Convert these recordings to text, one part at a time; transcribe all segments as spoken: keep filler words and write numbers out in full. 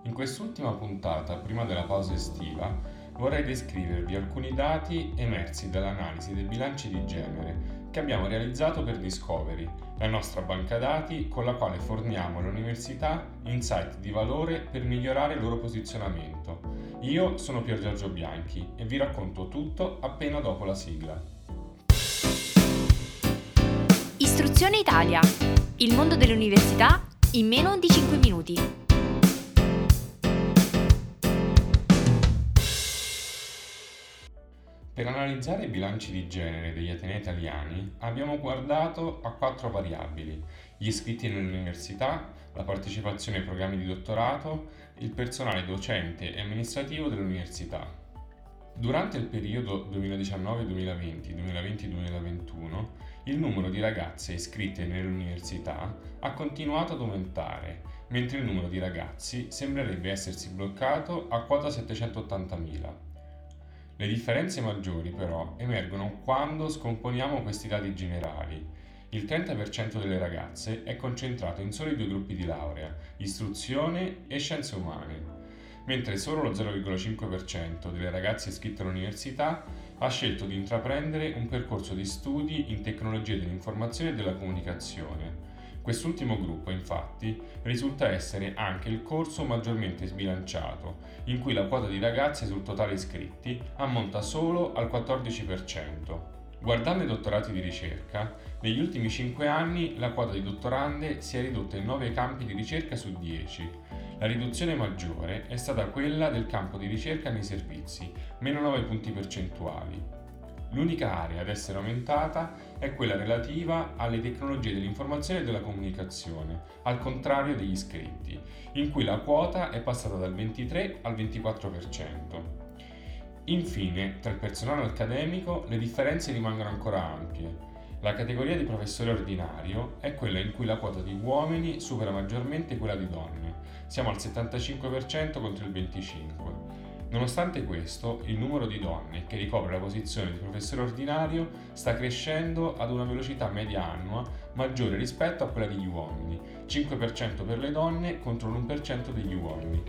In quest'ultima puntata, prima della pausa estiva, vorrei descrivervi alcuni dati emersi dall'analisi dei bilanci di genere che abbiamo realizzato per Discovery, la nostra banca dati con la quale forniamo alle università insight di valore per migliorare il loro posizionamento. Io sono Pier Giorgio Bianchi e vi racconto tutto appena dopo la sigla. Istruzione Italia, il mondo delle università in meno di cinque minuti. Per analizzare i bilanci di genere degli atenei italiani abbiamo guardato a quattro variabili: gli iscritti nell'università, la partecipazione ai programmi di dottorato, il personale docente e amministrativo dell'università. Durante il periodo duemiladiciannove duemilaventi, duemilaventi duemilaventuno, il numero di ragazze iscritte nelle università ha continuato ad aumentare, mentre il numero di ragazzi sembrerebbe essersi bloccato a quota settecentottantamila. Le differenze maggiori però emergono quando scomponiamo questi dati generali. Il trenta per cento delle ragazze è concentrato in soli due gruppi di laurea, istruzione e scienze umane, mentre solo lo zero virgola cinque per cento delle ragazze iscritte all'università ha scelto di intraprendere un percorso di studi in tecnologie dell'informazione e della comunicazione. Quest'ultimo gruppo, infatti, risulta essere anche il corso maggiormente sbilanciato, in cui la quota di ragazze sul totale iscritti ammonta solo al quattordici per cento. Guardando i dottorati di ricerca, negli ultimi cinque anni la quota di dottorande si è ridotta in nove campi di ricerca su dieci. La riduzione maggiore è stata quella del campo di ricerca nei servizi, meno nove punti percentuali. L'unica area ad essere aumentata è quella relativa alle tecnologie dell'informazione e della comunicazione, al contrario degli iscritti, in cui la quota è passata dal ventitré al ventiquattro per cento. Infine, tra il personale accademico le differenze rimangono ancora ampie. La categoria di professore ordinario è quella in cui la quota di uomini supera maggiormente quella di donne. Siamo al settantacinque per cento contro il venticinque per cento. Nonostante questo, il numero di donne che ricopre la posizione di professore ordinario sta crescendo ad una velocità media annua maggiore rispetto a quella degli uomini, cinque per cento per le donne contro l'uno per cento degli uomini.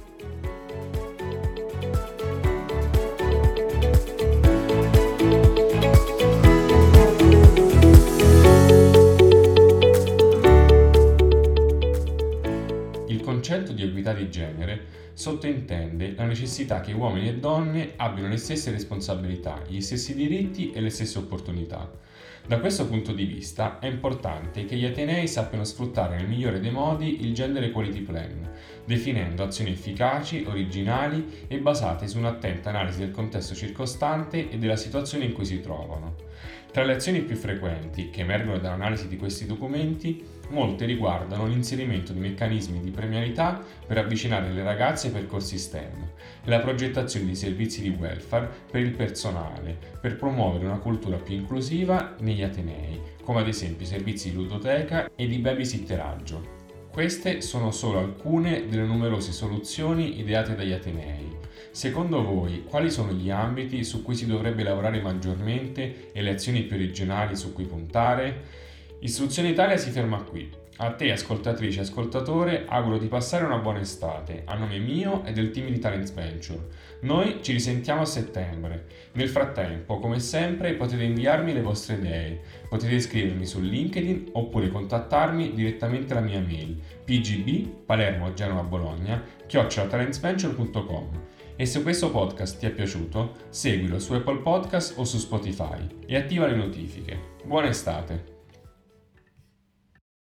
Il concetto di equità di genere sottintende la necessità che uomini e donne abbiano le stesse responsabilità, gli stessi diritti e le stesse opportunità. Da questo punto di vista è importante che gli atenei sappiano sfruttare nel migliore dei modi il Gender Equality Plan, definendo azioni efficaci, originali e basate su un'attenta analisi del contesto circostante e della situazione in cui si trovano. Tra le azioni più frequenti che emergono dall'analisi di questi documenti, molte riguardano l'inserimento di meccanismi di premialità per avvicinare le ragazze ai percorsi STEM e la progettazione di servizi di welfare per il personale, per promuovere una cultura più inclusiva negli atenei, come ad esempio i servizi di ludoteca e di babysitteraggio. Queste sono solo alcune delle numerose soluzioni ideate dagli atenei. Secondo voi, quali sono gli ambiti su cui si dovrebbe lavorare maggiormente e le azioni più originali su cui puntare? Istruzione Italia si ferma qui. A te, ascoltatrice e ascoltatore, auguro di passare una buona estate, a nome mio e del team di Talents Venture. Noi ci risentiamo a settembre. Nel frattempo, come sempre, potete inviarmi le vostre idee. Potete iscrivermi su LinkedIn oppure contattarmi direttamente alla mia mail p g b palermo genova bologna chiocciola talentsventure punto com. E se questo podcast ti è piaciuto, seguilo su Apple Podcast o su Spotify e attiva le notifiche. Buona estate!